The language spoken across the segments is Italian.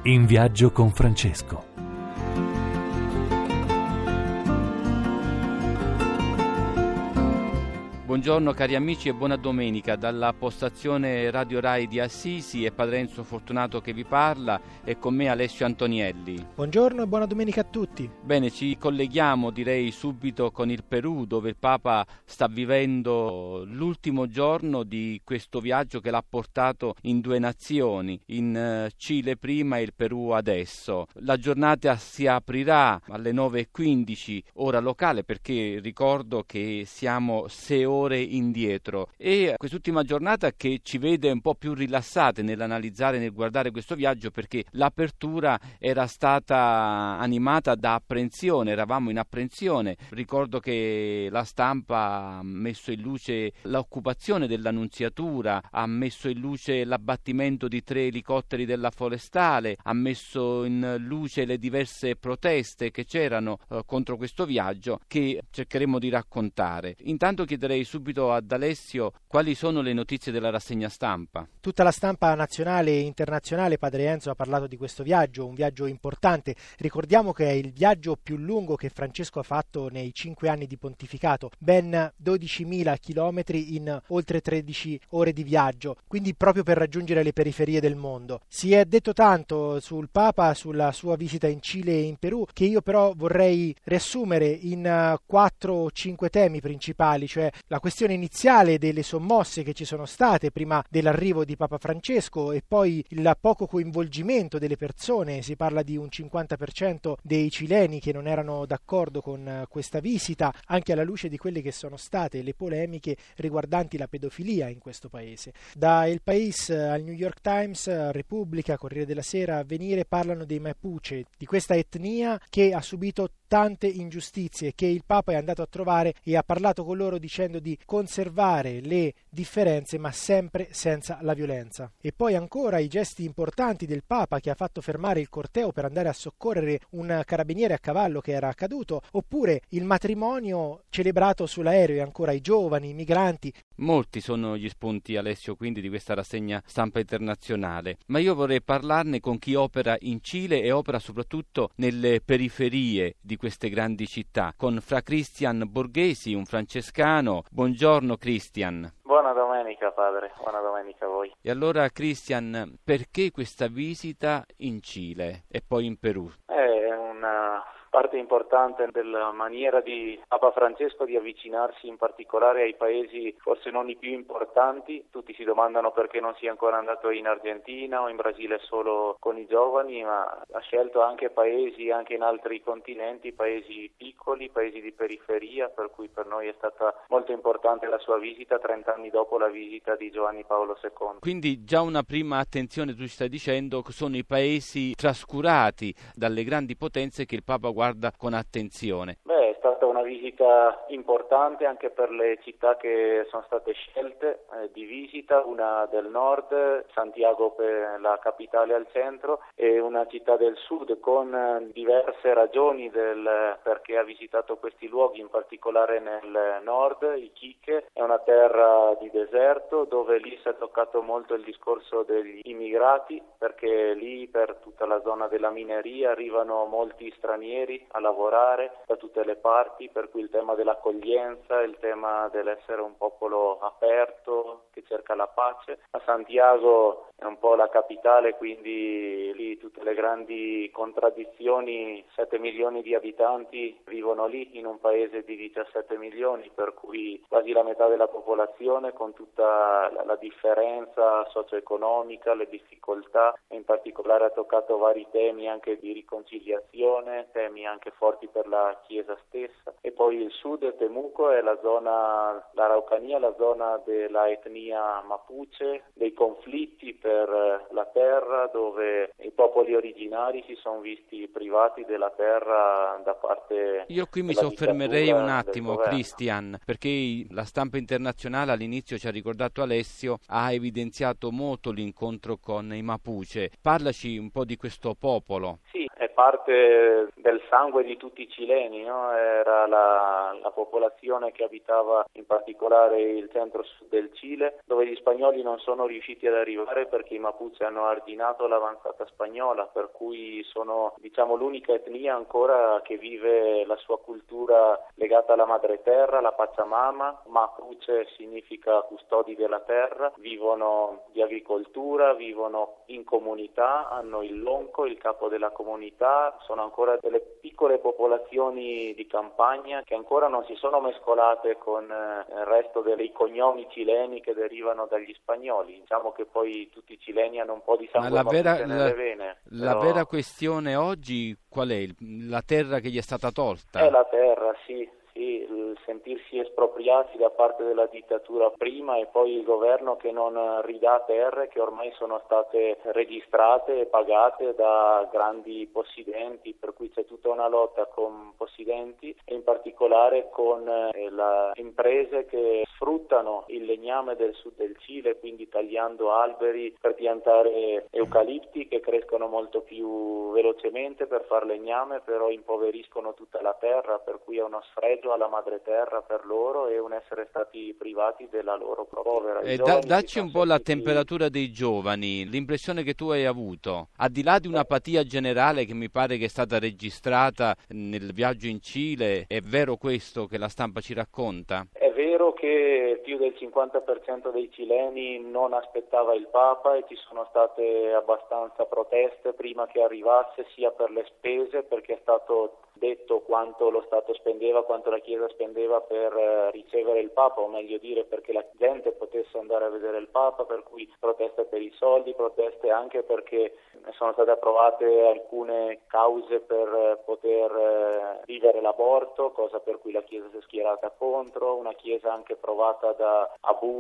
In viaggio con Francesco. Buongiorno cari amici e buona domenica dalla postazione Radio Rai di Assisi. È Padre Enzo Fortunato che vi parla e con me Alessio Antonielli. Buongiorno e buona domenica a tutti. Bene, ci colleghiamo direi subito con il Perù, dove il Papa sta vivendo l'ultimo giorno di questo viaggio che l'ha portato in due nazioni, in Cile prima e il Perù adesso. La giornata si aprirà alle 9:15 ora locale, perché ricordo che siamo 6 ore indietro, e quest'ultima giornata che ci vede un po' più rilassate nell'analizzare, nel guardare questo viaggio, perché l'apertura era stata animata da apprensione, eravamo in apprensione. Ricordo che la stampa ha messo in luce l'occupazione dell'Annunziatura, ha messo in luce l'abbattimento di 3 elicotteri della Forestale, ha messo in luce le diverse proteste che c'erano contro questo viaggio, che cercheremo di raccontare. Intanto chiederei subito ad Alessio quali sono le notizie della rassegna stampa. Tutta la stampa nazionale e internazionale, Padre Enzo, ha parlato di questo viaggio, un viaggio importante. Ricordiamo che è il viaggio più lungo che Francesco ha fatto nei 5 anni di pontificato, ben 12.000 chilometri in oltre 13 ore di viaggio, quindi proprio per raggiungere le periferie del mondo. Si è detto tanto sul Papa, sulla sua visita in Cile e in Perù, che io però vorrei riassumere in 4 o 5 temi principali, cioè la questione iniziale delle sommosse che ci sono state prima dell'arrivo di Papa Francesco e poi il poco coinvolgimento delle persone. Si parla di un 50% dei cileni che non erano d'accordo con questa visita, anche alla luce di quelle che sono state le polemiche riguardanti la pedofilia in questo paese. Da El País al New York Times, Repubblica, Corriere della Sera, Avvenire parlano dei Mapuche, di questa etnia che ha subito tante ingiustizie, che il Papa è andato a trovare e ha parlato con loro dicendo di conservare le differenze ma sempre senza la violenza. E poi ancora i gesti importanti del Papa, che ha fatto fermare il corteo per andare a soccorrere un carabiniere a cavallo che era caduto, oppure il matrimonio celebrato sull'aereo e ancora i giovani, i migranti. Molti sono gli spunti, Alessio, quindi di questa rassegna stampa internazionale, ma io vorrei parlarne con chi opera in Cile e opera soprattutto nelle periferie di queste grandi città, con Fra Cristian Borghesi, un francescano. Buongiorno Cristian. Buona domenica padre, buona domenica a voi. E allora Cristian, perché questa visita in Cile e poi in Perù? È una parte importante della maniera di Papa Francesco di avvicinarsi in particolare ai paesi forse non i più importanti. Tutti si domandano perché non sia ancora andato in Argentina o in Brasile solo con i giovani, ma ha scelto anche paesi, anche in altri continenti, paesi piccoli, paesi di periferia, per cui per noi è stata molto importante la sua visita 30 anni dopo la visita di Giovanni Paolo II. Quindi già una prima attenzione, tu ci stai dicendo, che sono i paesi trascurati dalle grandi potenze che il Papa guarda con attenzione. È stata una visita importante anche per le città che sono state scelte di visita, una del nord, Santiago per la capitale al centro, e una città del sud con diverse ragioni perché ha visitato questi luoghi, in particolare nel nord, Iquique, è una terra di deserto dove lì si è toccato molto il discorso degli immigrati, perché lì per tutta la zona della mineria arrivano molti stranieri a lavorare da tutte le parti, per cui il tema dell'accoglienza, il tema dell'essere un popolo aperto che cerca la pace. A Santiago è un po' la capitale, quindi lì tutte le grandi contraddizioni, 7 milioni di abitanti vivono lì in un paese di 17 milioni, per cui quasi la metà della popolazione, con tutta la differenza socio-economica, le difficoltà, e in particolare ha toccato vari temi anche di riconciliazione, temi anche forti per la Chiesa stessa. E poi il sud, Temuco, è la Araucania, la zona della etnia Mapuche, dei conflitti per la terra, dove i popoli originari si sono visti privati della terra da parte. Io qui mi soffermerei un attimo, Cristian, perché la stampa internazionale all'inizio ci ha ricordato Alessio, ha evidenziato molto l'incontro con i Mapuche. Parlaci un po' di questo popolo. Sì, è parte del sangue di tutti i cileni, no? Era la popolazione che abitava in particolare il centro-sud del Cile, dove gli spagnoli non sono riusciti ad arrivare perché i Mapuche hanno arginato l'avanzata spagnola, per cui sono, l'unica etnia ancora che vive la sua cultura legata alla madre terra, la Pachamama. Mapuche significa custodi della terra, vivono di agricoltura, vivono in comunità, hanno il lonco, il capo della comunità, sono ancora delle piccole popolazioni di campagna che ancora non si sono mescolate con il resto dei cognomi cileni che derivano dagli spagnoli. Diciamo che poi tutti i cileni hanno un po' di sangue mapuche nelle vene. La vera questione oggi qual è? La terra che gli è stata tolta? È la terra, sì. Il sentirsi espropriati da parte della dittatura prima e poi il governo che non ridà terre che ormai sono state registrate e pagate da grandi possidenti, per cui c'è tutta una lotta con possidenti e in particolare con le imprese che sfruttano il legname del sud del Cile, quindi tagliando alberi per piantare eucalipti che crescono molto più velocemente per far legname, però impoveriscono tutta la terra, per cui è uno sfregio alla madre terra per loro e un essere stati privati della loro povera. Dacci un po' la temperatura dei giovani, l'impressione che tu hai avuto, al di là di un'apatia generale che mi pare che è stata registrata nel viaggio in Cile, è vero questo che la stampa ci racconta? È vero che più del 50% dei cileni non aspettava il Papa e ci sono state abbastanza proteste prima che arrivasse, sia per le spese, perché è stato detto quanto lo Stato spendeva, quanto la Chiesa spendeva per ricevere il Papa, o meglio dire perché la gente potesse andare a vedere il Papa, per cui proteste per i soldi, proteste anche perché sono state approvate alcune cause per poter vivere l'aborto, cosa per cui la Chiesa si è schierata contro, una Chiesa anche provata da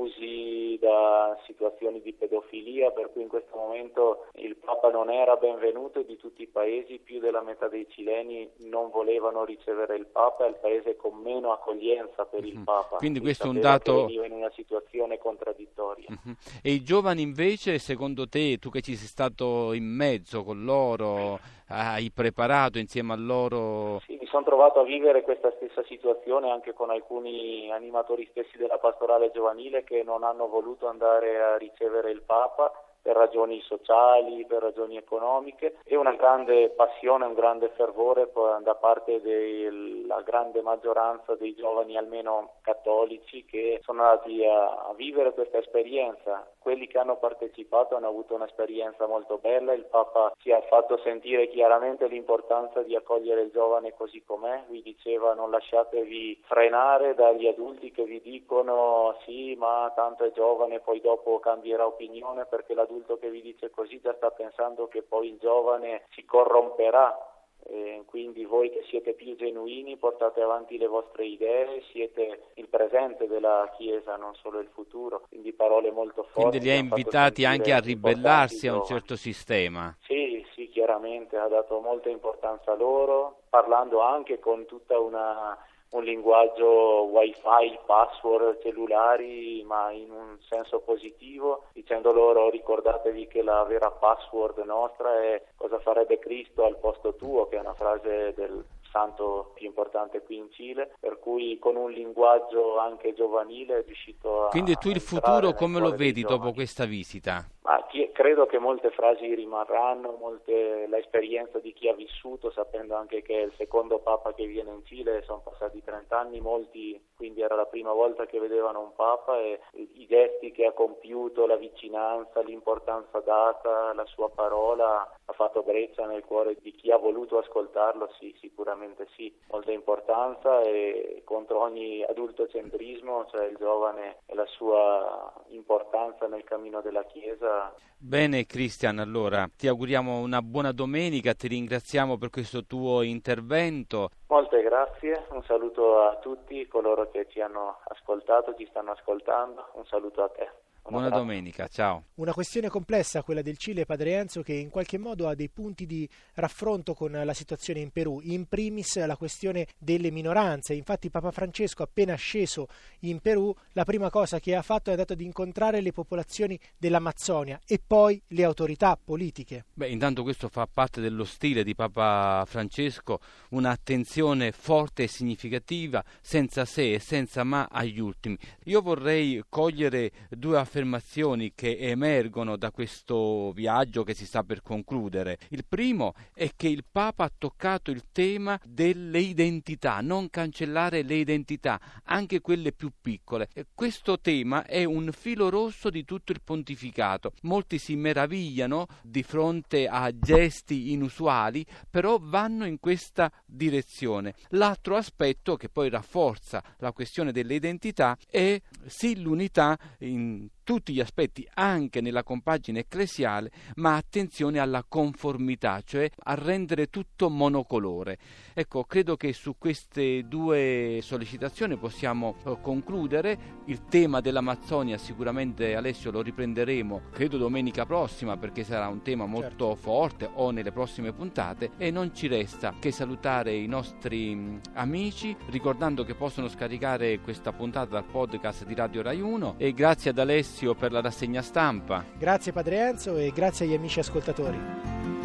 abusi, da situazioni di pedofilia, per cui in questo momento il Papa non era benvenuto e di tutti i paesi più della metà dei cileni non volevano ricevere il Papa, è il paese con meno accoglienza per il Papa. Quindi questo è un dato. Veniva in una situazione contraddittoria. E i giovani invece, secondo te, tu che ci sei stato in mezzo con loro, hai preparato insieme a loro? Sì, mi sono trovato a vivere questa stessa situazione anche con alcuni animatori stessi della pastorale giovanile che non hanno voluto andare a ricevere il Papa per ragioni sociali, per ragioni economiche, e una grande passione, un grande fervore da parte della grande maggioranza dei giovani, almeno cattolici, che sono andati a vivere questa esperienza. Quelli che hanno partecipato hanno avuto un'esperienza molto bella, il Papa ci ha fatto sentire chiaramente l'importanza di accogliere il giovane così com'è, vi diceva non lasciatevi frenare dagli adulti che vi dicono sì ma tanto è giovane, poi dopo cambierà opinione, perché l'adulto che vi dice così già sta pensando che poi il giovane si corromperà. Quindi voi che siete più genuini portate avanti le vostre idee, siete il presente della Chiesa, non solo il futuro, quindi parole molto forti. Quindi li ha invitati anche a ribellarsi a un certo sistema. Sì, chiaramente ha dato molta importanza a loro, parlando anche con tutta un linguaggio wifi, password, cellulari, ma in un senso positivo, dicendo loro ricordatevi che la vera password nostra è cosa farebbe Cristo al posto tuo, che è una frase del santo più importante qui in Cile, per cui con un linguaggio anche giovanile è riuscito a... Quindi tu il futuro come lo vedi dopo questa visita? Credo che molte frasi rimarranno, l'esperienza di chi ha vissuto, sapendo anche che è il secondo Papa che viene in Cile, sono passati 30 anni, molti quindi era la prima volta che vedevano un Papa, e i gesti che ha compiuto, la vicinanza, l'importanza data, la sua parola ha fatto breccia nel cuore di chi ha voluto ascoltarlo, sì, sicuramente sì, molta importanza, e contro ogni adultocentrismo, cioè il giovane e la sua importanza nel cammino della Chiesa. Bene Cristian, allora ti auguriamo una buona domenica, ti ringraziamo per questo tuo intervento. Molte grazie, un saluto a tutti coloro che ci hanno ascoltato, ci stanno ascoltando, un saluto a te. Buona domenica, ciao. Una questione complessa quella del Cile, padre Enzo, che in qualche modo ha dei punti di raffronto con la situazione in Perù, in primis la questione delle minoranze. Infatti Papa Francesco, appena sceso in Perù, la prima cosa che ha fatto è andato ad incontrare le popolazioni dell'Amazzonia e poi le autorità politiche. Intanto questo fa parte dello stile di Papa Francesco, un'attenzione forte e significativa, senza se e senza ma agli ultimi. Io vorrei cogliere due affermazioni che emergono da questo viaggio che si sta per concludere. Il primo è che il Papa ha toccato il tema delle identità, non cancellare le identità, anche quelle più piccole. E questo tema è un filo rosso di tutto il pontificato. Molti si meravigliano di fronte a gesti inusuali, però vanno in questa direzione. L'altro aspetto che poi rafforza la questione delle identità è sì l'unità in tutti gli aspetti, anche nella compagine ecclesiale, ma attenzione alla conformità, cioè a rendere tutto monocolore. Ecco, credo che su queste due sollecitazioni possiamo concludere. Il tema dell'Amazzonia sicuramente, Alessio, lo riprenderemo, credo domenica prossima, perché sarà un tema molto forte, o nelle prossime puntate, e non ci resta che salutare i nostri amici, ricordando che possono scaricare questa puntata dal podcast di Radio Rai 1, e grazie ad Alessio per la rassegna stampa. Grazie padre Enzo e grazie agli amici ascoltatori.